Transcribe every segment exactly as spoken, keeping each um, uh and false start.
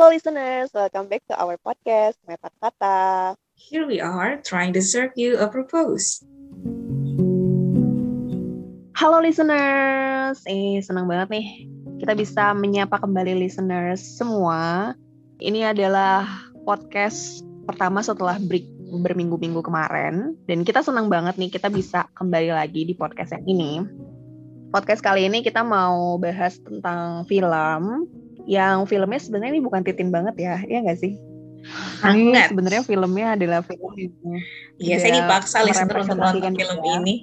Halo listeners, welcome back to our podcast, Mepet Kata. Here we are, trying to serve you a purpose. Halo listeners, eh senang banget nih kita bisa menyapa kembali listeners semua. Ini adalah podcast pertama setelah break berminggu-minggu kemarin, dan kita senang banget nih kita bisa kembali lagi di podcast yang ini. Podcast kali ini kita mau bahas tentang film, yang filmnya sebenarnya ini bukan titin banget ya, iya nggak sih? Sangat. Sebenarnya filmnya adalah film yang Iya, saya dipaksa listener untuk nonton film ya. ini.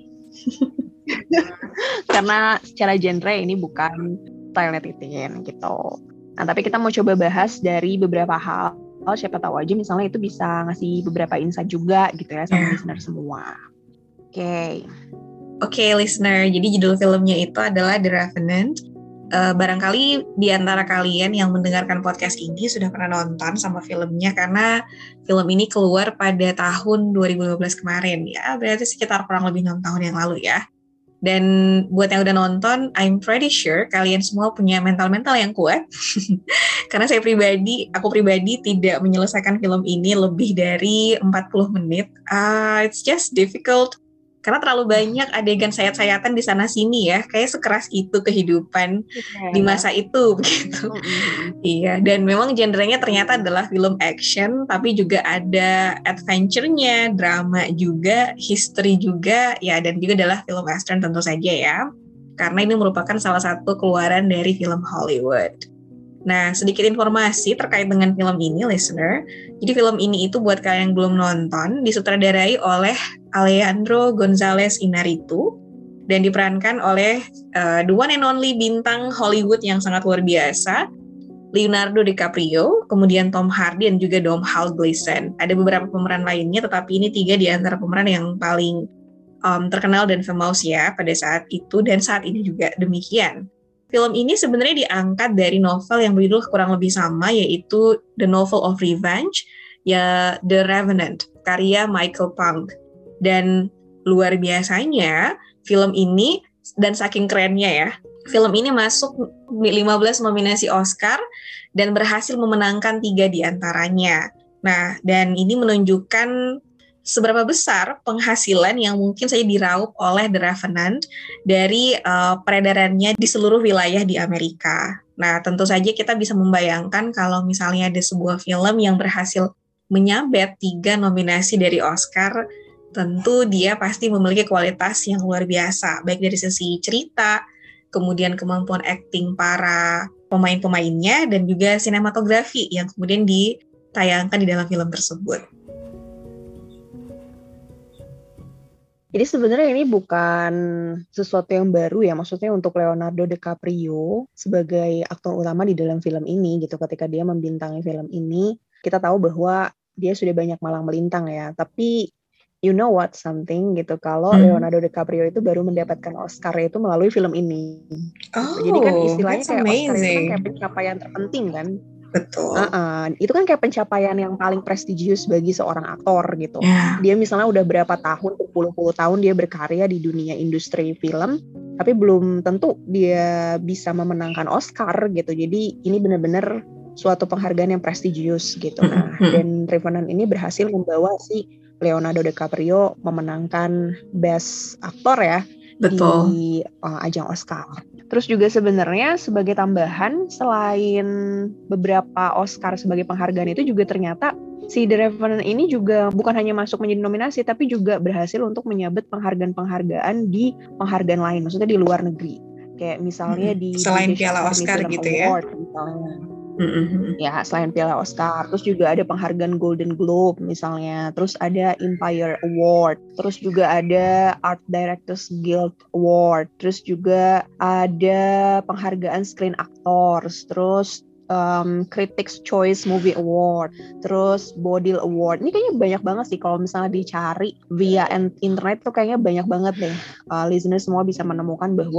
Karena secara genre ini bukan style titin gitu. Nah, tapi kita mau coba bahas dari beberapa hal. Oh, siapa tahu aja misalnya itu bisa ngasih beberapa insight juga gitu ya sama Yeah. listener semua. Oke. Okay. Oke, okay, listener. Jadi judul filmnya itu adalah The Revenant. Uh, barangkali di antara kalian yang mendengarkan podcast ini sudah pernah nonton sama filmnya, karena film ini keluar pada tahun dua ribu lima belas kemarin ya, berarti sekitar kurang lebih enam tahun yang lalu ya. Dan buat yang udah nonton, I'm pretty sure kalian semua punya mental-mental yang kuat. Karena saya pribadi, aku pribadi tidak menyelesaikan film ini lebih dari empat puluh menit. Uh, it's just difficult. Karena terlalu banyak adegan sayat-sayatan di sana-sini ya. Kayak sekeras itu kehidupan yeah. di masa itu begitu. Mm-hmm. Iya, dan memang genrenya ternyata adalah film action, tapi juga ada adventure-nya, drama juga, history juga, ya, dan juga adalah film western tentu saja ya. Karena ini merupakan salah satu keluaran dari film Hollywood. Nah, sedikit informasi terkait dengan film ini, listener. Jadi film ini itu buat kalian yang belum nonton, disutradarai oleh Alejandro González Iñárritu dan diperankan oleh uh, the one and only bintang Hollywood yang sangat luar biasa, Leonardo DiCaprio, kemudian Tom Hardy dan juga Domhnall Gleeson. Ada beberapa pemeran lainnya, tetapi ini tiga di antara pemeran yang paling um, terkenal dan famous ya pada saat itu, dan saat ini juga demikian. Film ini sebenarnya diangkat dari novel yang berjudul kurang lebih sama, yaitu The Novel of Revenge, ya The Revenant, karya Michael Pang. Dan luar biasanya film ini, dan saking kerennya ya, film ini masuk lima belas nominasi Oscar dan berhasil memenangkan tiga di antaranya. Nah, dan ini menunjukkan seberapa besar penghasilan yang mungkin saja diraup oleh The Revenant dari uh, peredarannya di seluruh wilayah di Amerika. Nah, tentu saja kita bisa membayangkan kalau misalnya ada sebuah film yang berhasil menyabet tiga nominasi dari Oscar, tentu dia pasti memiliki kualitas yang luar biasa, baik dari sisi cerita, kemudian kemampuan akting para pemain-pemainnya, dan juga sinematografi yang kemudian ditayangkan di dalam film tersebut. Jadi sebenarnya ini bukan sesuatu yang baru ya, maksudnya untuk Leonardo DiCaprio sebagai aktor utama di dalam film ini gitu. Ketika dia membintangi film ini, kita tahu bahwa dia sudah banyak malang melintang ya. Tapi you know what something gitu, kalau hmm. Leonardo DiCaprio itu baru mendapatkan Oscar itu melalui film ini. Oh, Jadi kan istilahnya kayak amazing. Oscar itu kan kayak pencapaian terpenting kan. Betul. Uh-uh. Itu kan kayak pencapaian yang paling prestisius bagi seorang aktor gitu. Yeah. Dia misalnya udah berapa tahun, berpuluh-puluh tahun dia berkarya di dunia industri film, tapi belum tentu dia bisa memenangkan Oscar gitu. Jadi ini benar-benar suatu penghargaan yang prestisius gitu. Nah, mm-hmm. dan Revenant ini berhasil membawa si Leonardo DiCaprio memenangkan Best Actor ya. Betul. Di uh, ajang Oscar. Terus juga sebenarnya sebagai tambahan, selain beberapa Oscar sebagai penghargaan itu juga ternyata si The Revenant ini juga bukan hanya masuk menjadi nominasi, tapi juga berhasil untuk menyabet penghargaan-penghargaan di penghargaan lain, maksudnya di luar negeri. Kayak misalnya hmm. di selain British Piala Oscar Film gitu Award, ya. Misalnya. Mm-hmm. Ya, selain Piala Oscar, terus juga ada penghargaan Golden Globe misalnya, terus ada Empire Award, terus juga ada Art Directors Guild Award, terus juga ada penghargaan Screen Actors, terus um, Critics Choice Movie Award, terus Bodil Award. Ini kayaknya banyak banget sih kalau misalnya dicari via internet tuh kayaknya banyak banget deh. Uh, listener semua bisa menemukan bahwa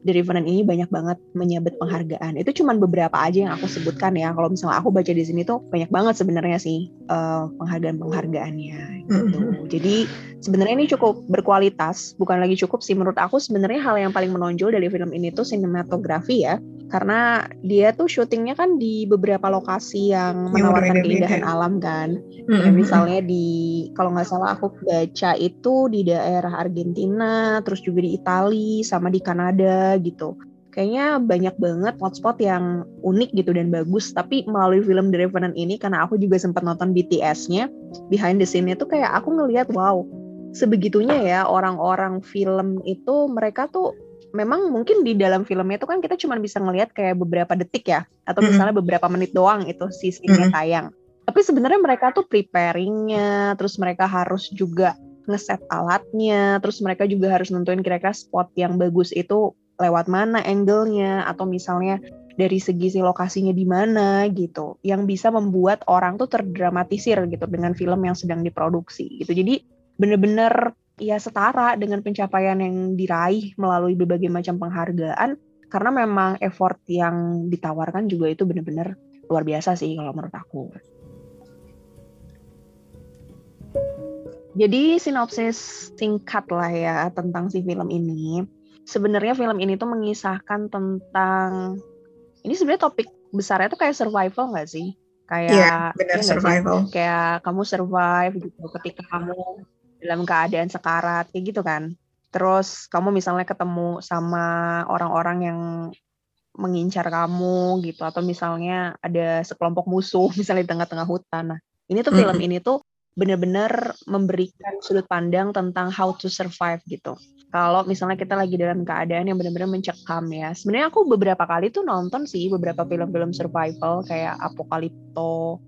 The Revenant ini banyak banget menyabet penghargaan. Itu cuman beberapa aja yang aku sebutkan ya. Kalau misalnya aku baca di sini tuh banyak banget sebenarnya sih uh, penghargaan-penghargaannya gitu. Mm-hmm. Jadi sebenarnya ini cukup berkualitas, bukan lagi cukup sih menurut aku. Sebenarnya hal yang paling menonjol dari film ini tuh sinematografi ya. Karena dia tuh syutingnya kan di beberapa lokasi yang menawarkan yang keindahan alam kan. Mm-hmm. Kayak misalnya di, kalau nggak salah aku baca itu di daerah Argentina, terus juga di Italia, sama di Kanada gitu. Kayaknya banyak banget hotspot yang unik gitu dan bagus. Tapi melalui film The Revenant ini, karena aku juga sempat nonton B T S-nya, behind the scene-nya tuh kayak aku ngelihat, wow, sebegitunya ya orang-orang film itu, mereka tuh memang mungkin di dalam filmnya itu kan kita cuma bisa ngelihat kayak beberapa detik ya, atau misalnya beberapa menit doang itu si scene-nya tayang. Tapi sebenarnya mereka tuh preparing-nya, terus mereka harus juga ngeset alatnya, terus mereka juga harus nentuin kira-kira spot yang bagus itu lewat mana angle-nya, atau misalnya dari segi si lokasinya di mana gitu, yang bisa membuat orang tuh terdramatisir gitu dengan film yang sedang diproduksi gitu. Jadi bener-bener ya setara dengan pencapaian yang diraih melalui berbagai macam penghargaan, karena memang effort yang ditawarkan juga itu benar-benar luar biasa sih kalau menurut aku. Jadi sinopsis singkat lah ya tentang si film ini. Sebenarnya film ini tuh mengisahkan tentang, ini sebenarnya topik besarnya tuh kayak survival nggak sih? Kayak yeah, benar, ya survival. Sih? Kayak kamu survive gitu ketika kamu dalam keadaan sekarat kayak gitu kan. Terus kamu misalnya ketemu sama orang-orang yang mengincar kamu gitu, atau misalnya ada sekelompok musuh misalnya di tengah-tengah hutan. Nah, ini tuh mm-hmm. film ini tuh benar-benar memberikan sudut pandang tentang how to survive gitu. Kalau misalnya kita lagi dalam keadaan yang benar-benar mencekam ya. Sebenarnya aku beberapa kali tuh nonton sih beberapa film-film survival kayak Apocalypto.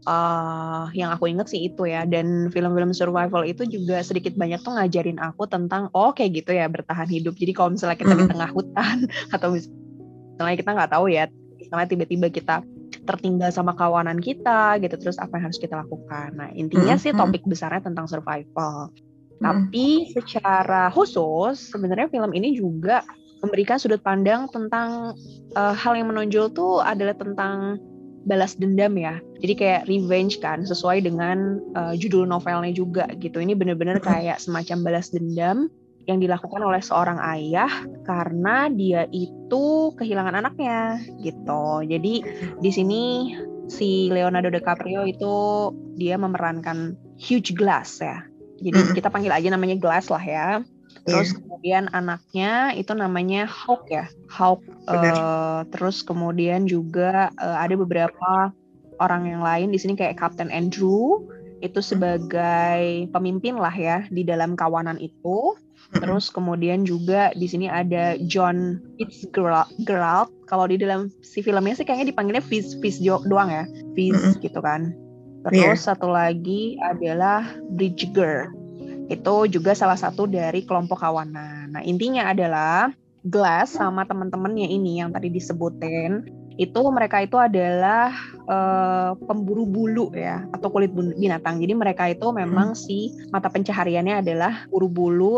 Uh, yang aku inget sih itu ya, dan film-film survival itu juga sedikit banyak tuh ngajarin aku tentang oh kayak gitu ya bertahan hidup. Jadi kalau misalnya kita mm. di tengah hutan atau misalnya kita nggak tahu ya, misalnya tiba-tiba kita tertinggal sama kawanan kita gitu, terus apa yang harus kita lakukan. Nah intinya mm. sih topik besarnya tentang survival. Mm. Tapi secara khusus sebenarnya film ini juga memberikan sudut pandang tentang uh, hal yang menonjol tuh adalah tentang balas dendam ya. Jadi kayak revenge kan, sesuai dengan uh, judul novelnya juga gitu. Ini benar-benar kayak semacam balas dendam yang dilakukan oleh seorang ayah karena dia itu kehilangan anaknya gitu. Jadi di sini si Leonardo DiCaprio itu dia memerankan Hugh Glass ya. Jadi kita panggil aja namanya Glass lah ya. Terus yeah. kemudian anaknya itu namanya Hawk ya, Hawk. Uh, terus kemudian juga uh, ada beberapa orang yang lain di sini kayak Kapten Andrew itu sebagai pemimpin lah ya di dalam kawanan itu. Terus kemudian juga di sini ada John Fitzgerald. Kalau di dalam si filmnya sih kayaknya dipanggilnya Fizz Fizz doang ya, Fizz gitu kan. Terus yeah. satu lagi adalah Bridger. Itu juga salah satu dari kelompok kawanan. Nah intinya adalah Glass sama teman-temannya ini yang tadi disebutin, itu mereka itu adalah uh, pemburu bulu ya, atau kulit binatang. Jadi mereka itu memang hmm. si mata pencahariannya adalah buru bulu,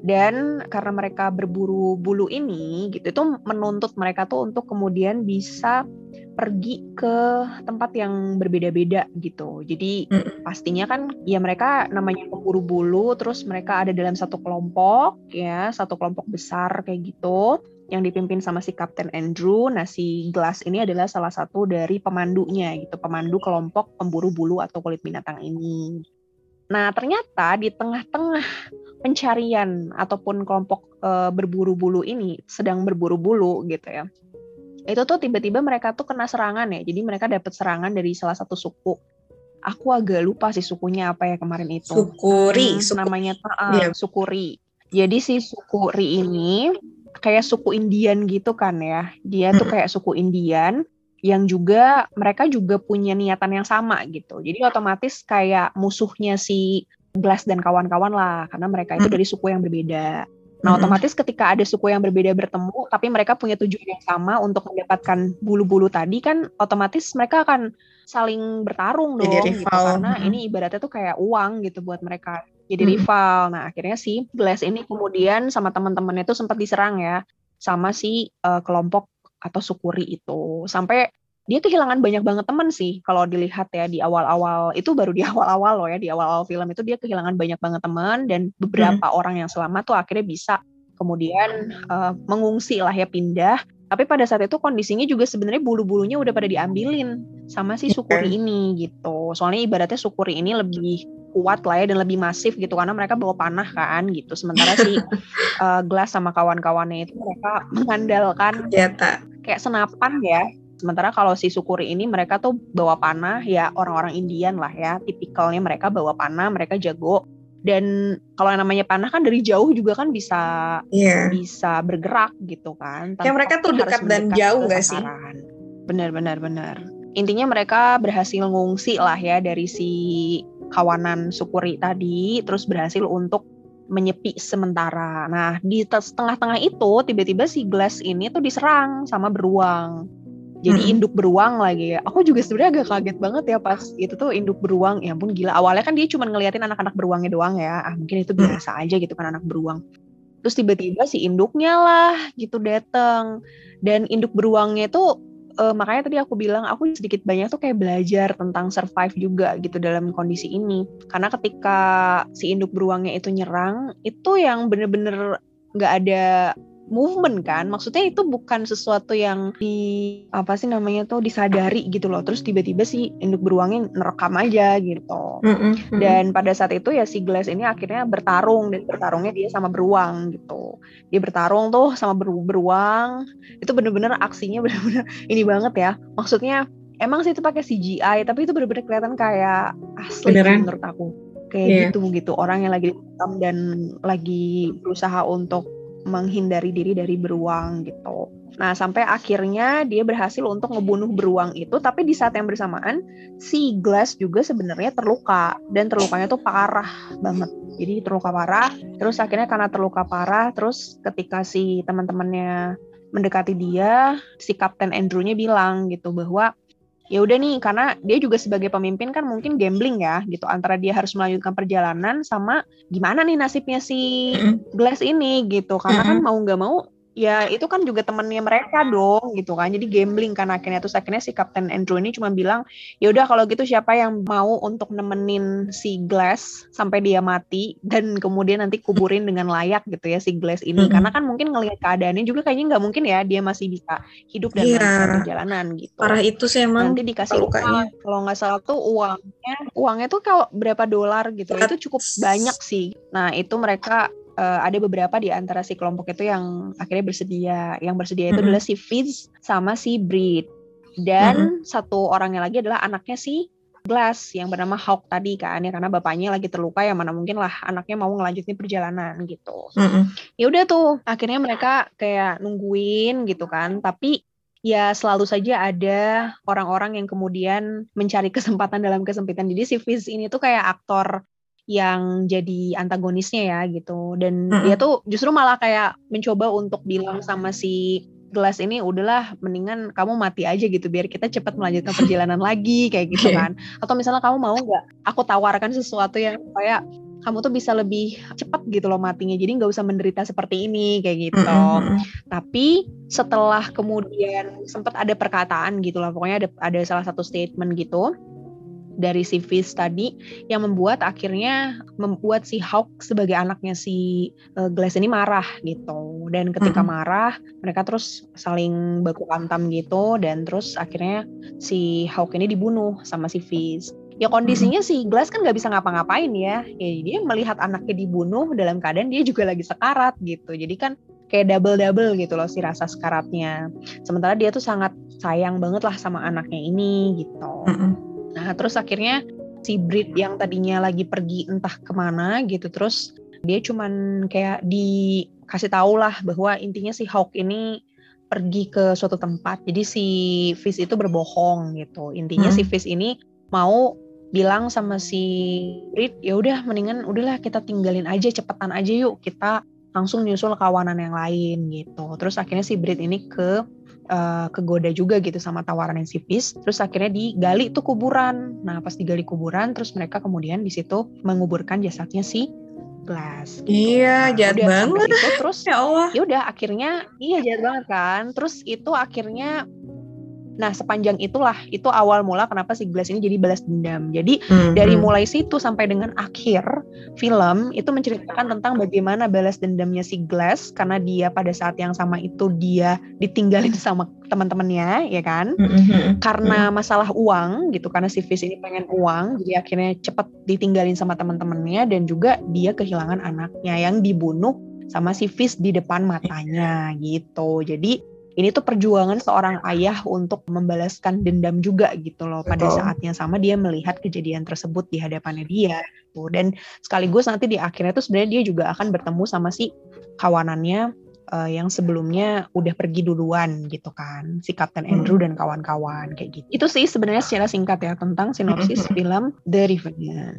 dan karena mereka berburu bulu ini gitu, itu menuntut mereka tuh untuk kemudian bisa pergi ke tempat yang berbeda-beda gitu. Jadi hmm. pastinya kan ya mereka namanya pemburu bulu, terus mereka ada dalam satu kelompok ya, satu kelompok besar kayak gitu yang dipimpin sama si Kapten Andrew. Nah si Glass ini adalah salah satu dari pemandunya gitu, pemandu kelompok pemburu bulu atau kulit binatang ini. Nah ternyata di tengah-tengah pencarian ataupun kelompok e, berburu bulu ini sedang berburu bulu gitu ya, itu tuh tiba-tiba mereka tuh kena serangan ya. Jadi mereka dapat serangan dari salah satu suku. Aku agak lupa sih sukunya apa ya kemarin itu. Suku Ri. Hmm, suku, namanya uh, yeah. suku Ri. Jadi si suku Ri ini kayak suku Indian gitu kan ya. Dia tuh kayak suku Indian yang juga mereka juga punya niatan yang sama gitu. Jadi otomatis kayak musuhnya si Glass dan kawan-kawan lah, karena mereka itu dari suku yang berbeda. Nah otomatis ketika ada suku yang berbeda bertemu, tapi mereka punya tujuan yang sama untuk mendapatkan bulu-bulu tadi, kan otomatis mereka akan saling bertarung dong gitu, karena hmm. ini ibaratnya tuh kayak uang gitu buat mereka, jadi hmm. rival. Nah akhirnya si Glass ini kemudian sama teman-temannya tuh sempat diserang ya sama si uh, kelompok atau Sukuri itu. Sampai dia kehilangan banyak banget teman sih kalau dilihat ya di awal-awal, itu baru di awal-awal loh ya, di awal-awal film itu dia kehilangan banyak banget teman, dan beberapa hmm. orang yang selamat tuh akhirnya bisa kemudian uh, mengungsi lah ya, pindah. Tapi pada saat itu kondisinya juga sebenarnya bulu-bulunya udah pada diambilin sama si Sukuri ini gitu. Soalnya ibaratnya Sukuri ini lebih kuat lah ya dan lebih masif gitu karena mereka bawa panah kan gitu. Sementara si uh, Glass sama kawan-kawannya itu mereka mengandalkan senjata kayak senapan ya. Sementara kalau si Sukuri ini mereka tuh bawa panah ya, orang-orang Indian lah ya, tipikalnya mereka bawa panah, mereka jago. Dan kalau yang namanya panah kan dari jauh juga kan bisa yeah. bisa bergerak gitu kan. Kayak mereka tuh dekat dan jauh gak sih? Benar-benar benar. Intinya mereka berhasil ngungsi lah ya dari si kawanan Sukuri tadi, terus berhasil untuk menyepi sementara. Nah di tengah-tengah itu tiba-tiba si Glass ini tuh diserang sama beruang. Jadi hmm. induk beruang lagi ya. Aku juga sebenarnya agak kaget banget ya pas itu tuh induk beruang. Ya ampun gila. Awalnya kan dia cuma ngeliatin anak-anak beruangnya doang ya. Ah mungkin itu biasa hmm. aja gitu kan anak beruang. Terus tiba-tiba si induknya lah gitu dateng. Dan induk beruangnya tuh uh, makanya tadi aku bilang aku sedikit banyak tuh kayak belajar tentang survive juga gitu dalam kondisi ini. Karena ketika si induk beruangnya itu nyerang, itu yang bener-bener gak ada movement kan, maksudnya itu bukan sesuatu yang di apa sih namanya tuh disadari gitu loh, terus tiba-tiba si induk beruangnya nerekam aja gitu. Mm-hmm. Dan pada saat itu ya si Glass ini akhirnya bertarung, dan bertarungnya dia sama beruang gitu. Dia bertarung tuh sama ber- beruang, itu bener-bener aksinya bener-bener ini banget ya, maksudnya emang sih itu pakai C G I tapi itu bener-bener kelihatan kayak asli sih menurut aku, kayak yeah. gitu gitu orang yang lagi hitam dan lagi berusaha untuk menghindari diri dari beruang gitu. Nah sampai akhirnya dia berhasil untuk ngebunuh beruang itu, tapi di saat yang bersamaan si Glass juga sebenarnya terluka, dan terlukanya tuh parah banget. Jadi terluka parah, terus akhirnya karena terluka parah, terus ketika si teman-temannya mendekati dia, si Kapten Andrew-nya bilang gitu bahwa ya udah nih, karena dia juga sebagai pemimpin kan mungkin gambling ya gitu, antara dia harus melanjutkan perjalanan sama gimana nih nasibnya si Glass ini gitu, karena kan mau nggak mau ya itu kan juga temennya mereka dong gitu kan, jadi gambling kan akhirnya. Terus akhirnya si Kapten Andrew ini cuma bilang ya udah kalau gitu siapa yang mau untuk nemenin si Glass sampai dia mati dan kemudian nanti kuburin dengan layak gitu ya si Glass ini, mm-hmm. karena kan mungkin ngelihat keadaannya juga kayaknya nggak mungkin ya dia masih bisa hidup dan yeah. melanjutkan perjalanan gitu. Parah itu sih emang. Nanti dikasih uang, kalau nggak salah tuh uangnya uangnya tuh kalau berapa dolar gitu, itu cukup banyak sih. Nah itu mereka Uh, ada beberapa di antara si kelompok itu yang akhirnya bersedia. Yang bersedia itu mm-hmm. adalah si Fizz sama si Breed. Dan mm-hmm. satu orangnya lagi adalah anaknya si Glass yang bernama Hawk tadi kan ya, karena bapaknya lagi terluka ya mana mungkin lah anaknya mau ngelanjutin perjalanan gitu. Mm-hmm. Ya udah tuh akhirnya mereka kayak nungguin gitu kan, tapi ya selalu saja ada orang-orang yang kemudian mencari kesempatan dalam kesempitan. Jadi si Fizz ini tuh kayak aktor yang jadi antagonisnya ya gitu, dan mm-hmm. dia tuh justru malah kayak mencoba untuk bilang sama si Glass ini, udahlah mendingan kamu mati aja gitu biar kita cepat melanjutkan perjalanan lagi kayak gitu kan, atau misalnya kamu mau nggak aku tawarkan sesuatu yang kayak kamu tuh bisa lebih cepat gitu loh matinya, jadi nggak usah menderita seperti ini kayak gitu. Mm-hmm. Tapi setelah kemudian sempat ada perkataan gitu lah, pokoknya ada ada salah satu statement gitu dari si Fizz tadi yang membuat akhirnya membuat si Hawk sebagai anaknya si uh, Glass ini marah gitu. Dan ketika mm-hmm. marah mereka terus saling baku hantam gitu, dan terus akhirnya si Hawk ini dibunuh sama si Fizz. Ya kondisinya mm-hmm. si Glass kan gak bisa ngapa-ngapain ya, ya dia melihat anaknya dibunuh dalam keadaan dia juga lagi sekarat gitu, jadi kan kayak double-double gitu loh si rasa sekaratnya. Sementara dia tuh sangat sayang banget lah sama anaknya ini gitu. Mm-hmm. Nah terus akhirnya si Breed yang tadinya lagi pergi entah kemana gitu, terus dia cuman kayak dikasih tahu lah bahwa intinya si Hawk ini pergi ke suatu tempat. Jadi si Fizz itu berbohong gitu. Intinya hmm. si Fizz ini mau bilang sama si Breed, ya udah mendingan udahlah kita tinggalin aja, cepetan aja yuk kita langsung nyusul kawanan yang lain gitu. Terus akhirnya si Breed ini ke Uh, kegoda juga gitu sama tawaran yang si Fizz. Terus akhirnya digali tuh kuburan. Nah pas digali kuburan terus mereka kemudian di situ menguburkan jasadnya si Glass. Gitu. Iya, nah, jahat udah banget. Sampai situ terus ya Allah. Ya udah akhirnya iya jahat banget kan. Terus itu akhirnya nah sepanjang itulah itu awal mula kenapa si Glass ini jadi balas dendam. Jadi hmm, dari hmm. mulai situ sampai dengan akhir film itu menceritakan tentang bagaimana balas dendamnya si Glass karena dia pada saat yang sama itu dia ditinggalin sama teman-temannya ya kan. Hmm. Karena masalah uang gitu, karena si Fish ini pengen uang, jadi akhirnya cepat ditinggalin sama teman-temannya dan juga dia kehilangan anaknya yang dibunuh sama si Fish di depan matanya gitu. Jadi ini tuh perjuangan seorang ayah untuk membalaskan dendam juga gitu loh. Pada Betul. Saat yang sama dia melihat kejadian tersebut di hadapannya dia. Gitu. Dan sekaligus nanti di akhirnya tuh sebenarnya dia juga akan bertemu sama si kawanannya uh, yang sebelumnya udah pergi duluan gitu kan. Si Kapten Andrew hmm. dan kawan-kawan kayak gitu. Itu sih sebenarnya secara singkat ya tentang sinopsis hmm. film The Revenant.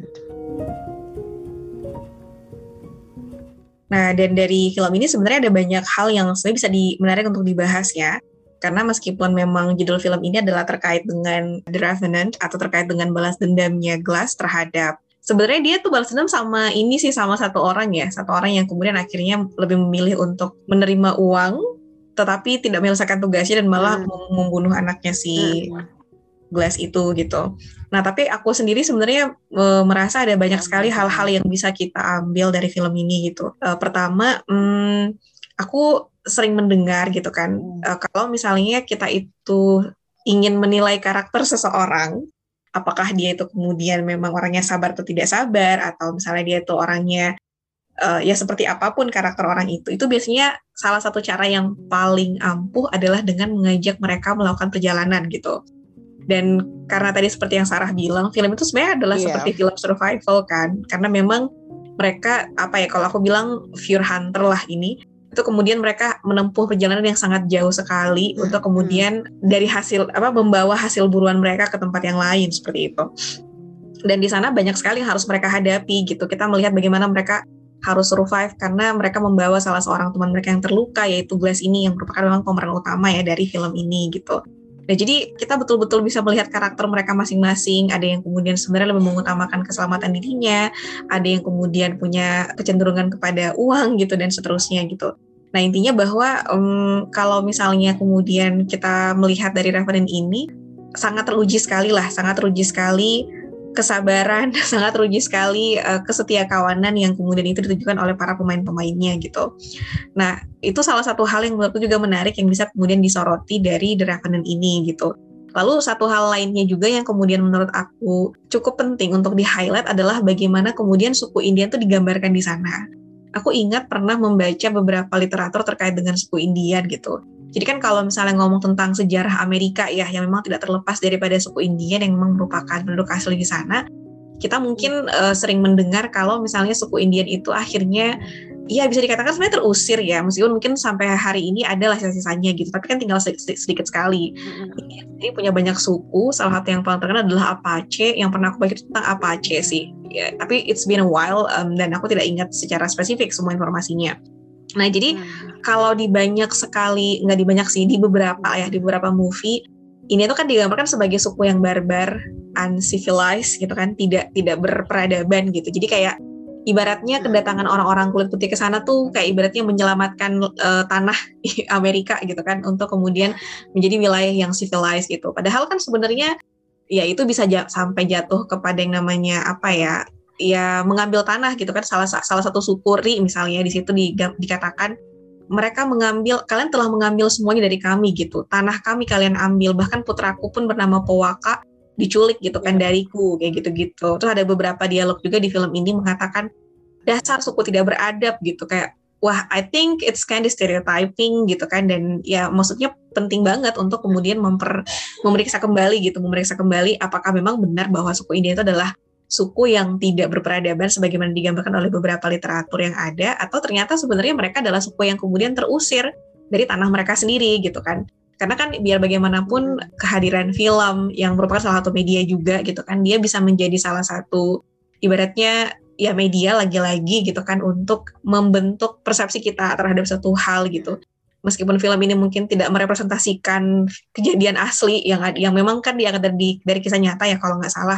Nah, dan dari film ini sebenarnya ada banyak hal yang sebenarnya bisa di, menarik untuk dibahas ya. Karena meskipun memang judul film ini adalah terkait dengan The Revenant atau terkait dengan balas dendamnya Glass terhadap, sebenarnya dia tuh balas dendam sama ini sih, sama satu orang ya. Satu orang yang kemudian akhirnya lebih memilih untuk menerima uang, tetapi tidak menyelesaikan tugasnya dan malah hmm. membunuh anaknya si hmm. Glass itu gitu. Nah, tapi aku sendiri sebenarnya e, merasa ada banyak sekali hal-hal yang bisa kita ambil dari film ini gitu. E, pertama, hmm, aku sering mendengar gitu kan, e, kalau misalnya kita itu ingin menilai karakter seseorang, apakah dia itu kemudian memang orangnya sabar atau tidak sabar, atau misalnya dia itu orangnya e, ya seperti apapun karakter orang itu, itu biasanya salah satu cara yang paling ampuh adalah dengan mengajak mereka melakukan perjalanan gitu. Dan karena tadi seperti yang Sarah bilang, film itu sebenarnya adalah yeah. seperti film survival kan, karena memang mereka apa ya, kalau aku bilang pure hunter lah ini, itu kemudian mereka menempuh perjalanan yang sangat jauh sekali mm-hmm. untuk kemudian dari hasil apa membawa hasil buruan mereka ke tempat yang lain seperti itu. Dan di sana banyak sekali yang harus mereka hadapi gitu. Kita melihat bagaimana mereka harus survive karena mereka membawa salah seorang teman mereka yang terluka, yaitu Glass ini yang merupakan memang pemeran utama ya dari film ini gitu. Nah, jadi kita betul-betul bisa melihat karakter mereka masing-masing. Ada yang kemudian sebenarnya lebih mengutamakan keselamatan dirinya, ada yang kemudian punya kecenderungan kepada uang gitu dan seterusnya gitu. Nah, intinya bahwa um, kalau misalnya kemudian kita melihat dari Revenant ini, sangat teruji sekali lah, sangat teruji sekali kesabaran, sangat teruji sekali uh, kesetia kawanan yang kemudian itu ditujukan oleh para pemain-pemainnya gitu. Nah, itu salah satu hal yang menurutku juga menarik yang bisa kemudian disoroti dari The Revenant ini gitu. Lalu satu hal lainnya juga yang kemudian menurut aku cukup penting untuk di-highlight adalah bagaimana kemudian suku Indian itu digambarkan di sana. Aku ingat pernah membaca beberapa literatur terkait dengan suku Indian gitu. Jadi kan kalau misalnya ngomong tentang sejarah Amerika ya, yang memang tidak terlepas daripada suku Indian yang memang merupakan penduduk asli di sana, kita mungkin uh, sering mendengar kalau misalnya suku Indian itu akhirnya, ya bisa dikatakan sebenarnya terusir ya, meskipun mungkin sampai hari ini adalah sisa-sisanya gitu, tapi kan tinggal sedikit, sedikit sekali. Jadi punya banyak suku, salah satu yang paling terkenal adalah Apache, yang pernah aku baca tentang Apache sih, ya, tapi it's been a while um, dan aku tidak ingat secara spesifik semua informasinya. Nah, jadi hmm. kalau di banyak sekali, nggak di banyak sih, di beberapa ya, di beberapa movie, ini tuh kan digambarkan sebagai suku yang barbar, uncivilized gitu kan, tidak tidak berperadaban gitu. Jadi kayak ibaratnya kedatangan orang-orang kulit putih ke sana tuh kayak ibaratnya menyelamatkan uh, tanah Amerika gitu kan, untuk kemudian menjadi wilayah yang civilized gitu. Padahal kan sebenarnya ya itu bisa j- sampai jatuh kepada yang namanya apa ya, ya mengambil tanah gitu kan. Salah salah satu suku Ri misalnya di situ di, dikatakan mereka mengambil, kalian telah mengambil semuanya dari kami gitu, tanah kami kalian ambil, bahkan putraku pun bernama Powaka diculik gitu kan dariku, kayak gitu-gitu. Terus ada beberapa dialog juga di film ini mengatakan dasar suku tidak beradab gitu, kayak wah I think it's kind of stereotyping gitu kan. Dan ya maksudnya penting banget untuk kemudian memper, memeriksa kembali gitu, memeriksa kembali apakah memang benar bahwa suku India itu adalah suku yang tidak berperadaban sebagaimana digambarkan oleh beberapa literatur yang ada, atau ternyata sebenarnya mereka adalah suku yang kemudian terusir dari tanah mereka sendiri gitu kan. Karena kan biar bagaimanapun kehadiran film yang merupakan salah satu media juga gitu kan, dia bisa menjadi salah satu ibaratnya ya media lagi-lagi gitu kan untuk membentuk persepsi kita terhadap satu hal gitu. Meskipun film ini mungkin tidak merepresentasikan kejadian asli yang yang memang kan diangkat dari dari kisah nyata ya kalau nggak salah.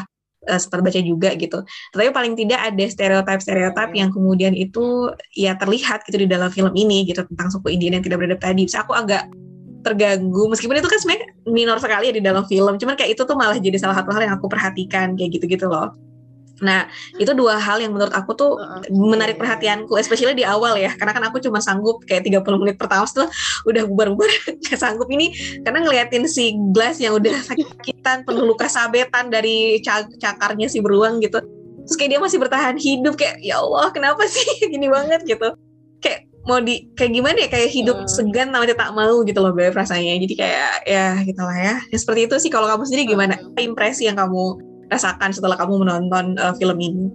uh, sempat baca juga gitu. Tapi paling tidak ada stereotip-stereotip yang kemudian itu ya terlihat gitu di dalam film ini gitu tentang suku Indian yang tidak beradab tadi. Terus aku agak terganggu, meskipun itu kan sebenarnya minor sekali ya di dalam film, cuman kayak itu tuh malah jadi salah satu hal yang aku perhatikan kayak gitu-gitu loh. Nah, itu dua hal yang menurut aku tuh uh, menarik perhatianku, especially di awal ya, karena kan aku cuma sanggup kayak tiga puluh menit pertama setelah udah bubar-bubar, gak sanggup ini, karena ngeliatin si Glass yang udah sakitan, penuh luka sabetan dari cak- cakarnya si beruang gitu, terus kayak dia masih bertahan hidup, kayak ya Allah kenapa sih gini banget gitu, kayak mau di, kayak gimana ya, kayak hidup segan namanya tak mau gitu loh Beb rasanya, jadi kayak ya gitulah ya, ya seperti itu sih. Kalau kamu sendiri gimana, impresi yang kamu rasakan setelah kamu menonton uh, film ini?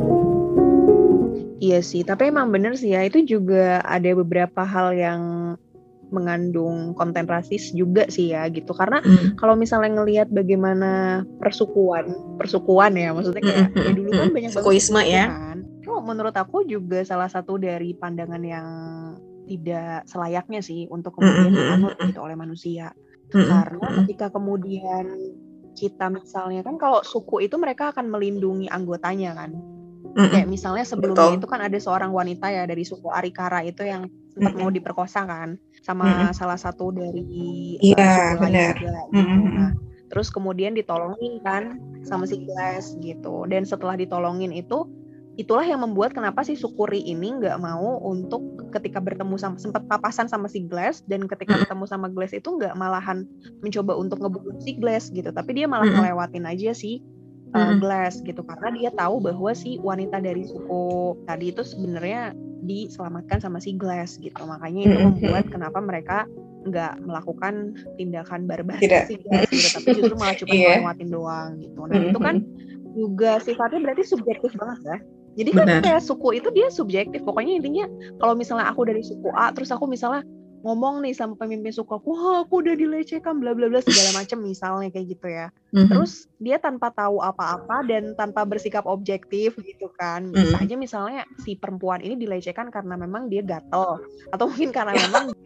Iya sih, tapi emang bener sih ya, itu juga ada beberapa hal yang mengandung konten rasis juga sih ya gitu. Karena mm. kalau misalnya ngelihat bagaimana persukuan, persukuan ya maksudnya kayak mm-hmm. ya dulu kan banyak sukuisme ya. Kan. Itu menurut aku juga salah satu dari pandangan yang tidak selayaknya sih untuk kemudian mm-hmm. dianut gitu oleh manusia. Mm-hmm. Karena ketika kemudian kita misalnya kan kalau suku itu mereka akan melindungi anggotanya kan. Mm-mm. Kayak misalnya sebelumnya Betul. Itu kan ada seorang wanita ya dari suku Arikara itu yang sempat Mm-mm. mau diperkosa kan sama Mm-mm. salah satu dari yeah, uh, suku lain juga gitu. Nah, terus kemudian ditolongin kan sama si Glass gitu. Dan setelah ditolongin itu itulah yang membuat kenapa si Sukuri ini nggak mau untuk ketika bertemu sama sempat papasan sama si Glass dan ketika mm. ketemu sama Glass itu nggak malahan mencoba untuk ngebunuh si Glass gitu, tapi dia malah mm. ngelewatin aja si uh, mm. Glass gitu karena dia tahu bahwa si wanita dari suku tadi itu sebenarnya diselamatkan sama si Glass gitu. Makanya itu mm. membuat kenapa mereka nggak melakukan tindakan barbar si Glass gitu, tapi justru malah cuma yeah. ngelewatin doang gitu. Nah mm-hmm. itu kan juga sifatnya berarti subjektif banget ya. Jadi kan Benar. Kayak suku itu dia subjektif. Pokoknya intinya kalau misalnya aku dari suku A, terus aku misalnya ngomong nih sama pemimpin suku aku, wah aku udah dilecehkan bla bla bla segala macam misalnya kayak gitu ya. Mm-hmm. Terus dia tanpa tahu apa-apa dan tanpa bersikap objektif gitu kan. Bisa mm-hmm. aja misalnya si perempuan ini dilecehkan karena memang dia gatel atau mungkin karena memang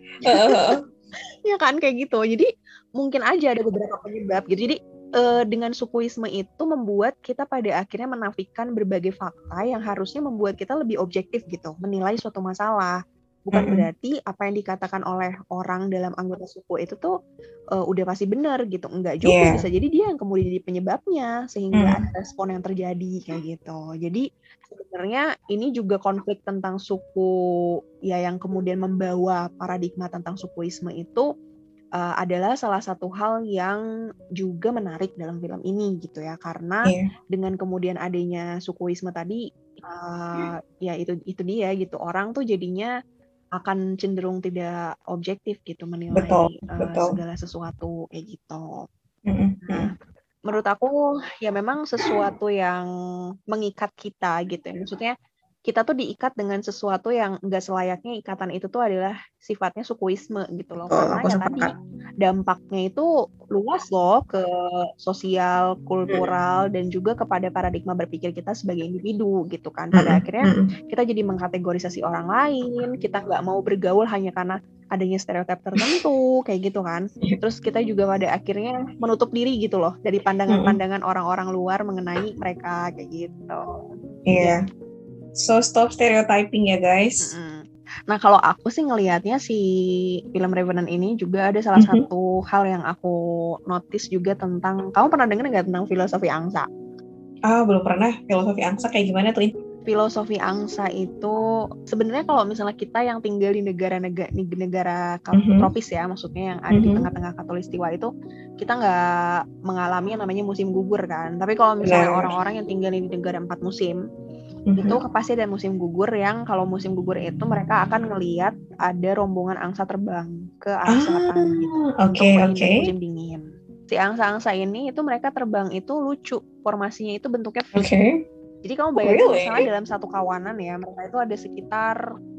ya kan kayak gitu. Jadi mungkin aja ada beberapa penyebab gitu. Jadi Uh, dengan sukuisme itu membuat kita pada akhirnya menafikan berbagai fakta yang harusnya membuat kita lebih objektif gitu, menilai suatu masalah. Bukan mm-hmm. berarti apa yang dikatakan oleh orang dalam anggota suku itu tuh uh, udah pasti benar gitu. Enggak juga, yeah. bisa jadi dia yang kemudian jadi penyebabnya sehingga mm-hmm. ada respon yang terjadi kayak gitu. Jadi sebenarnya ini juga konflik tentang suku ya yang kemudian membawa paradigma tentang sukuisme itu Uh, adalah salah satu hal yang juga menarik dalam film ini gitu ya, karena yeah. dengan kemudian adanya sukuisme tadi uh, ya itu itu dia gitu, orang tuh jadinya akan cenderung tidak objektif gitu menilai betul, uh, betul. segala sesuatu kayak gitu. Mm-hmm. Nah, menurut aku ya memang sesuatu yang mengikat kita gitu ya, maksudnya kita tuh diikat dengan sesuatu yang enggak selayaknya. Ikatan itu tuh adalah sifatnya sukuisme gitu loh. Oh, karena ya tadi dampaknya itu luas loh ke sosial, kultural, dan juga kepada paradigma berpikir kita sebagai individu gitu kan. Pada mm-hmm. akhirnya kita jadi mengkategorisasi orang lain, kita nggak mau bergaul hanya karena adanya stereotip tertentu kayak gitu kan. Terus kita juga pada akhirnya menutup diri gitu loh dari pandangan-pandangan mm-hmm. orang-orang luar mengenai mereka kayak gitu. Iya. Yeah. So stop stereotyping ya guys. Mm-hmm. Nah kalau aku sih ngelihatnya si film Revenant ini juga ada salah mm-hmm. satu hal yang aku notice juga tentang, kamu pernah dengar nggak tentang filosofi angsa? Ah belum pernah. Filosofi angsa kayak gimana tuh? Filosofi angsa itu sebenarnya kalau misalnya kita yang tinggal di negara-negara di negara mm-hmm. tropis ya, maksudnya yang ada mm-hmm. di tengah-tengah khatulistiwa itu kita nggak mengalami yang namanya musim gugur kan. Tapi kalau misalnya Benar. orang-orang yang tinggal di negara empat musim Mm-hmm. itu pasti ada musim gugur yang kalau musim gugur itu mereka akan ngelihat ada rombongan angsa terbang ke arah selatan ah, gitu okay, untuk menghindari okay. musim dingin. Si angsa-angsa ini itu mereka terbang itu lucu, formasinya itu bentuknya V. Okay. Jadi kamu bayangin really? Misalnya dalam satu kawanan ya mereka itu ada sekitar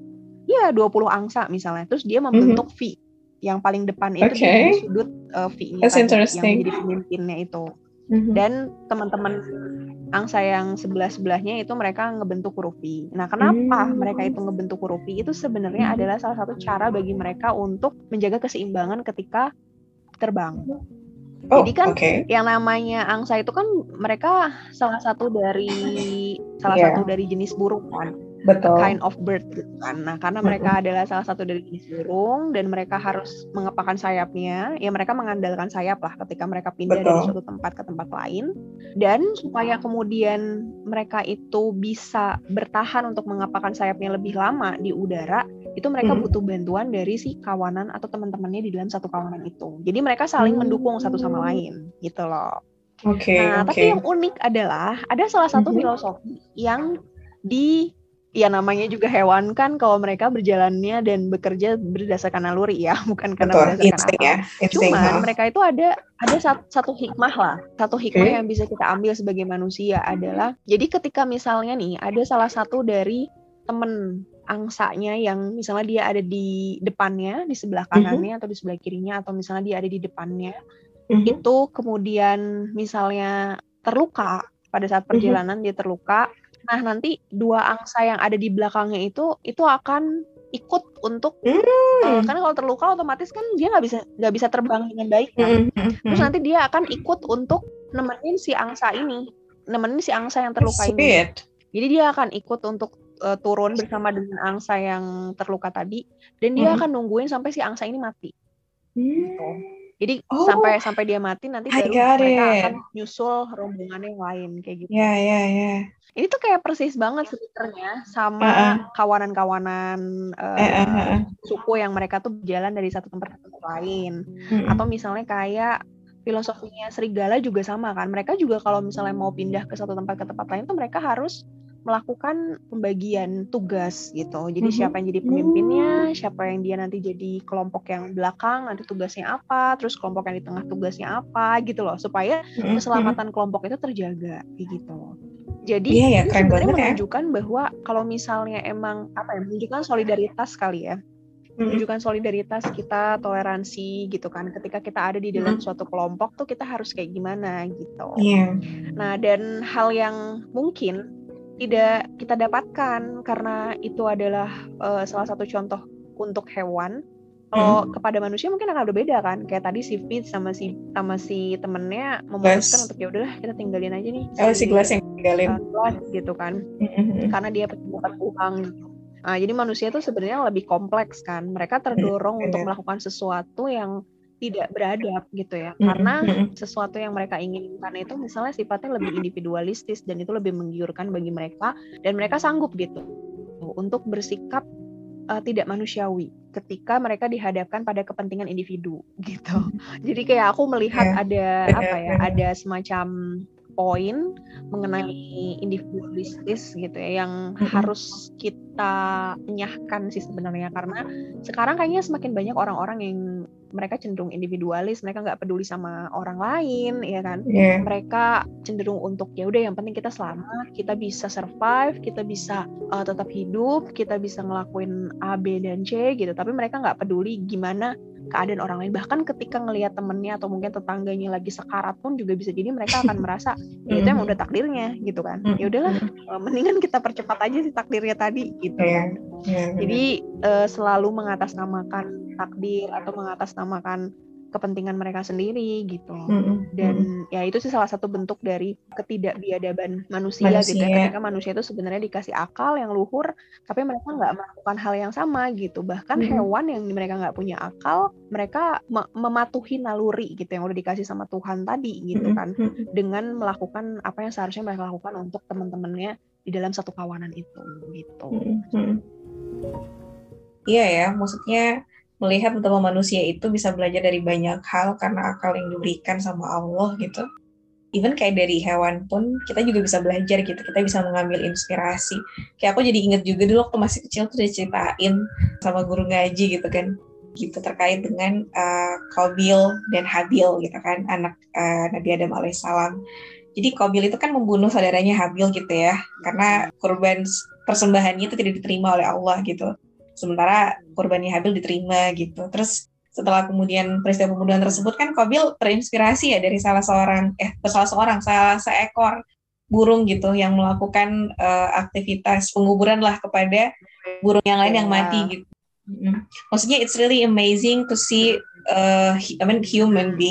ya dua puluh angsa misalnya, terus dia membentuk mm-hmm. V yang paling depan itu okay. di sudut uh, V-nya tadi yang menjadi pemimpinnya itu. Mm-hmm. Dan teman-teman angsa yang sebelah-sebelahnya itu mereka ngebentuk huruf V. Nah, kenapa mm. mereka itu ngebentuk huruf V? Itu sebenarnya mm. adalah salah satu cara bagi mereka untuk menjaga keseimbangan ketika terbang. Oh, Jadi kan okay. yang namanya angsa itu kan mereka salah satu dari salah Yeah. satu dari jenis burung kan. Betul. A kind of bird gitu kan. Nah, karena mereka mm-hmm. adalah salah satu dari jenis burung dan mereka harus mengepakkan sayapnya, ya mereka mengandalkan sayap lah ketika mereka pindah Betul. dari suatu tempat ke tempat lain. Dan supaya kemudian mereka itu bisa bertahan untuk mengepakkan sayapnya lebih lama di udara, itu mereka mm-hmm. butuh bantuan dari si kawanan atau teman-temannya di dalam satu kawanan itu. Jadi mereka saling mm-hmm. mendukung satu sama lain, gitu loh. Oke. Okay, nah, okay. tapi yang unik adalah ada salah satu mm-hmm. filosofi yang di ya namanya juga hewan kan kalau mereka berjalannya dan bekerja berdasarkan naluri ya, bukan karena Betul, berdasarkan insting, apa. Ya. Insting, Cuman huh? mereka itu ada ada satu, satu hikmah lah, satu hikmah okay. yang bisa kita ambil sebagai manusia adalah, jadi ketika misalnya nih ada salah satu dari temen angsanya yang misalnya dia ada di depannya, di sebelah kanannya mm-hmm. atau di sebelah kirinya, atau misalnya dia ada di depannya, mm-hmm. itu kemudian misalnya terluka pada saat perjalanan mm-hmm. dia terluka. Nah, nanti dua angsa yang ada di belakangnya itu itu akan ikut untuk hmm. uh, karena kalau terluka otomatis kan dia nggak bisa nggak bisa terbang dengan baik kan. Hmm. Terus nanti dia akan ikut untuk nemenin si angsa ini, nemenin si angsa yang terluka Sweet. ini. Jadi dia akan ikut untuk uh, turun bersama dengan angsa yang terluka tadi, dan dia hmm. akan nungguin sampai si angsa ini mati. Hmm. Gitu. Jadi oh, sampai sampai dia mati nanti baru mereka it. akan nyusul rombongan yang lain kayak gitu. Ya yeah, ya yeah, ya. Yeah. Ini tuh kayak persis banget sebenarnya sama uh-uh. kawanan-kawanan uh, uh-uh. suku yang mereka tuh berjalan dari satu tempat ke tempat lain. Uh-uh. Atau misalnya kayak filosofinya serigala juga sama kan. Mereka juga kalau misalnya mau pindah ke satu tempat ke tempat lain tuh mereka harus melakukan pembagian tugas gitu. Jadi uh-huh. siapa yang jadi pemimpinnya, siapa yang dia nanti jadi kelompok yang belakang, nanti tugasnya apa, terus kelompok yang di tengah tugasnya apa gitu loh. Supaya uh-huh. keselamatan kelompok itu terjaga kayak gitu. Jadi yeah, yeah, ini sebenarnya banget, menunjukkan ya. bahwa kalau misalnya emang apa ya, menunjukkan solidaritas kali ya, mm-hmm. menunjukkan solidaritas kita, toleransi gitu kan. Ketika kita ada di dalam mm-hmm. suatu kelompok tuh kita harus kayak gimana gitu. Yeah. Nah, dan hal yang mungkin tidak kita dapatkan karena itu adalah uh, salah satu contoh untuk hewan. Kalau hmm. kepada manusia mungkin akan berbeda kan, kayak tadi si Fitz sama si sama si temennya memutuskan Glass. Untuk ya udahlah kita tinggalin aja nih. Oh, si Glass yang tinggalin. Uh, Glass gitu kan, mm-hmm. karena dia pengen uang. Nah, jadi manusia itu sebenarnya lebih kompleks kan, mereka terdorong mm-hmm. untuk melakukan sesuatu yang tidak beradab gitu ya, mm-hmm. karena sesuatu yang mereka inginkan itu misalnya sifatnya lebih individualistis dan itu lebih menggiurkan bagi mereka dan mereka sanggup gitu untuk bersikap Uh, tidak manusiawi ketika mereka dihadapkan pada kepentingan individu gitu. Jadi kayak aku melihat yeah. ada yeah. apa ya, ada semacam poin mengenai individualistis gitu ya yang mm-hmm. harus kita enyahkan sih sebenarnya, karena sekarang kayaknya semakin banyak orang-orang yang mereka cenderung individualis, mereka nggak peduli sama orang lain, ya kan? Yeah. Mereka cenderung untuk ya udah yang penting kita selamat, kita bisa survive, kita bisa uh, tetap hidup, kita bisa ngelakuin A, B dan C gitu. Tapi mereka nggak peduli gimana keadaan orang lain. Bahkan ketika ngelihat temennya atau mungkin tetangganya lagi sekarat pun juga bisa jadi mereka akan merasa ya itu emang udah takdirnya gitu kan. Ya udahlah, uh, mendingan kita percepat aja sih takdirnya tadi gitu. Yeah. Yeah. Jadi uh, selalu mengatasnamakan takdir atau mengatasnamakan kepentingan mereka sendiri gitu. Mm-hmm. Dan ya itu sih salah satu bentuk dari ketidakbiadaban manusia, manusia gitu ya, ketika manusia itu sebenarnya dikasih akal yang luhur tapi mereka nggak melakukan hal yang sama gitu. Bahkan mm-hmm. hewan yang mereka nggak punya akal, mereka me- mematuhi naluri gitu yang udah dikasih sama Tuhan tadi gitu kan, mm-hmm. dengan melakukan apa yang seharusnya mereka lakukan untuk teman-temannya di dalam satu kawanan itu gitu. Mm-hmm. Iya ya, maksudnya melihat betapa manusia itu bisa belajar dari banyak hal karena akal yang diberikan sama Allah gitu. Even kayak dari hewan pun kita juga bisa belajar gitu, kita bisa mengambil inspirasi. Kayak aku jadi inget juga dulu waktu masih kecil tuh diceritain sama guru ngaji gitu kan, gitu terkait dengan uh, Qabil dan Habil gitu kan, anak uh, Nabi Adam alaihissalam. Jadi Qabil itu kan membunuh saudaranya Habil gitu ya, karena kurban persembahannya itu tidak diterima oleh Allah gitu. Sementara kurbannya Habil diterima gitu. Terus setelah kemudian peristiwa pembunuhan tersebut kan Qabil terinspirasi ya dari salah seorang eh salah seorang salah seekor burung gitu yang melakukan uh, aktivitas penguburan lah kepada burung yang lain yeah. yang mati gitu. Mm-hmm. Maksudnya it's really amazing to see uh, I mean human being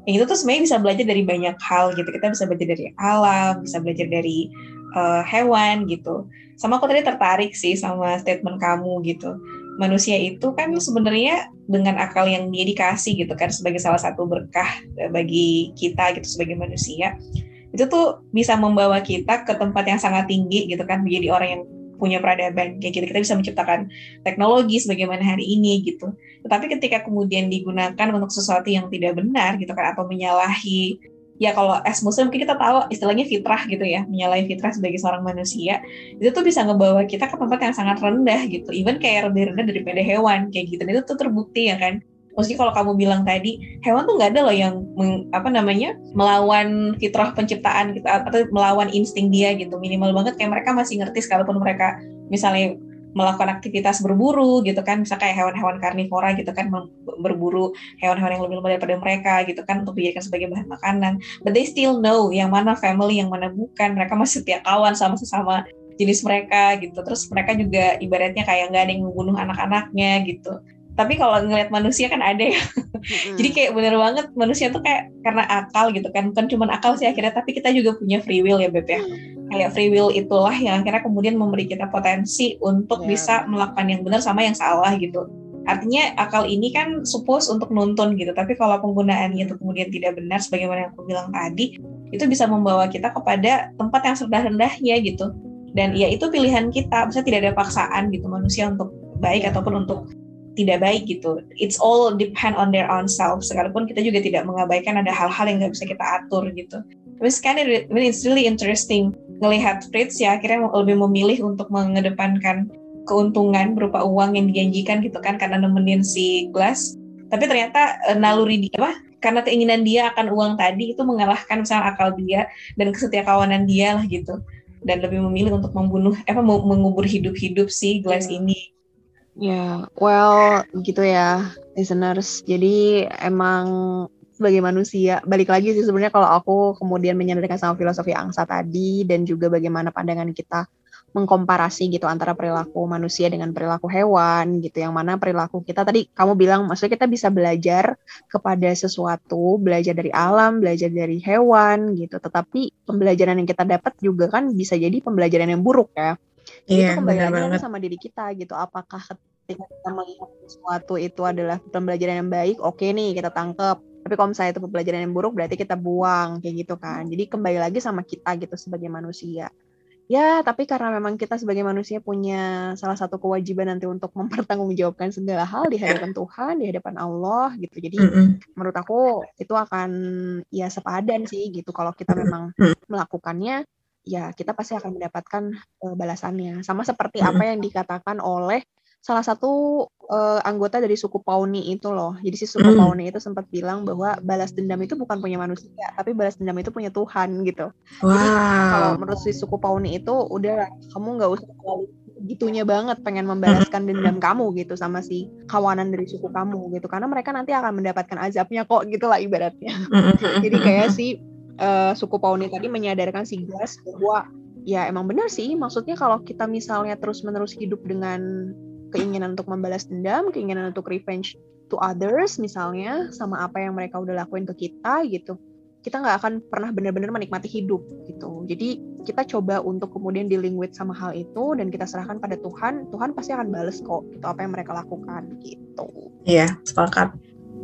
Yang itu tuh sebenarnya bisa belajar dari banyak hal gitu. Kita bisa belajar dari alam, bisa belajar dari uh, hewan gitu. Sama aku tadi tertarik sih sama statement kamu gitu. Manusia itu kan sebenarnya dengan akal yang dia dikasih gitu kan sebagai salah satu berkah bagi kita gitu sebagai manusia. Itu tuh bisa membawa kita ke tempat yang sangat tinggi gitu kan, menjadi orang yang punya peradaban kayak gitu. Kita bisa menciptakan teknologi sebagaimana hari ini gitu. Tetapi ketika kemudian digunakan untuk sesuatu yang tidak benar gitu kan, atau menyalahi, ya kalau as muslim mungkin kita tahu istilahnya fitrah gitu ya, menyalahi fitrah sebagai seorang manusia, itu tuh bisa ngebawa kita ke tempat yang sangat rendah gitu, even kayak lebih rendah daripada hewan kayak gitu. Dan itu tuh terbukti ya kan. Maksudnya kalau kamu bilang tadi, hewan tuh nggak ada loh yang meng, apa namanya melawan fitrah penciptaan gitu, atau melawan insting dia gitu. Minimal banget kayak mereka masih ngerti, sekalipun mereka misalnya melakukan aktivitas berburu gitu kan, misalnya kayak hewan-hewan karnivora gitu kan, berburu hewan-hewan yang lebih lemah daripada mereka gitu kan, untuk dijadikan sebagai bahan makanan. But they still know yang mana family, yang mana bukan. Mereka masih setia kawan sama sesama jenis mereka gitu. Terus mereka juga ibaratnya kayak nggak ada yang membunuh anak-anaknya gitu. Tapi kalau ngelihat manusia kan ada ya. Mm-hmm. Jadi kayak bener banget manusia tuh kayak karena akal gitu kan. Bukan cuma akal sih akhirnya, tapi kita juga punya free will ya Beb ya. Kayak free will itulah yang akhirnya kemudian memberi kita potensi untuk yeah. bisa melakukan yang benar sama yang salah gitu. Artinya akal ini kan suppose untuk nuntun gitu. Tapi kalau penggunaannya itu kemudian tidak benar sebagaimana yang aku bilang tadi, itu bisa membawa kita kepada tempat yang serendah-rendahnya gitu. Dan ya itu pilihan kita. Maksudnya tidak ada paksaan gitu manusia untuk baik ataupun untuk tidak baik gitu. It's all depend on their own self. Sekalipun kita juga tidak mengabaikan ada hal-hal yang nggak bisa kita atur gitu. Tapi sekarang I mean, it's really interesting ngelihat Fritz ya akhirnya lebih memilih untuk mengedepankan keuntungan berupa uang yang dijanjikan gitu kan, karena nemenin si Glass. Tapi ternyata naluri dia apa? Karena keinginan dia akan uang tadi itu mengalahkan misalnya akal dia dan kesetiakawanan dia lah gitu. Dan lebih memilih untuk membunuh, apa mengubur hidup-hidup si Glass yeah. ini. Ya, yeah, well gitu ya, listeners. Jadi emang sebagai manusia, balik lagi sih sebenarnya kalau aku kemudian menyadarkan sama filosofi angsa tadi dan juga bagaimana pandangan kita mengkomparasi gitu antara perilaku manusia dengan perilaku hewan gitu, yang mana perilaku kita tadi kamu bilang maksudnya kita bisa belajar kepada sesuatu, belajar dari alam, belajar dari hewan gitu, tetapi pembelajaran yang kita dapat juga kan bisa jadi pembelajaran yang buruk ya. Jadi yeah, itu kembali lagi sama diri kita gitu. Apakah ketika kita melihat sesuatu itu adalah pembelajaran yang baik, oke okay nih kita tangkep. Tapi kalau misalnya itu pembelajaran yang buruk, berarti kita buang kayak gitu kan. Jadi kembali lagi sama kita gitu sebagai manusia. Ya, tapi karena memang kita sebagai manusia punya salah satu kewajiban nanti untuk mempertanggungjawabkan segala hal di hadapan Tuhan, di hadapan Allah gitu. Jadi mm-hmm. menurut aku itu akan ya sepadan sih gitu. Kalau kita memang melakukannya, ya kita pasti akan mendapatkan uh, balasannya. Sama seperti apa yang dikatakan oleh salah satu uh, anggota dari suku Pauni itu loh. Jadi si suku Pauni itu sempat bilang bahwa balas dendam itu bukan punya manusia, tapi balas dendam itu punya Tuhan gitu. Wow. Jadi kalau menurut si suku Pauni itu udah kamu nggak usah terlalu gitunya banget pengen membalaskan dendam kamu gitu sama si kawanan dari suku kamu gitu, karena mereka nanti akan mendapatkan azabnya kok gitulah ibaratnya. Jadi kayak si Uh, suku Pauni tadi menyadarkan si Glass bahwa ya emang benar sih, maksudnya kalau kita misalnya terus-menerus hidup dengan keinginan untuk membalas dendam, keinginan untuk revenge to others misalnya sama apa yang mereka udah lakuin ke kita gitu, kita nggak akan pernah benar-benar menikmati hidup gitu. Jadi kita coba untuk kemudian dealing with sama hal itu dan kita serahkan pada Tuhan. Tuhan pasti akan bales kok gitu apa yang mereka lakukan gitu. Iya, sepakat.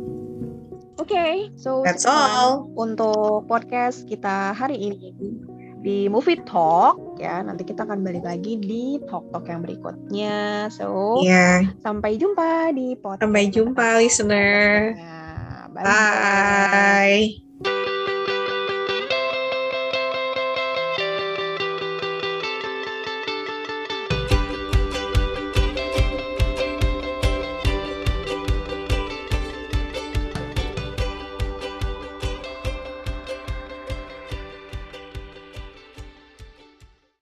Oke, okay, so that's all untuk podcast kita hari ini di Movie Talk ya. Nanti kita akan balik lagi di talk-talk yang berikutnya. So, yeah. sampai jumpa di podcast. Sampai jumpa, listener. Bye. Bye.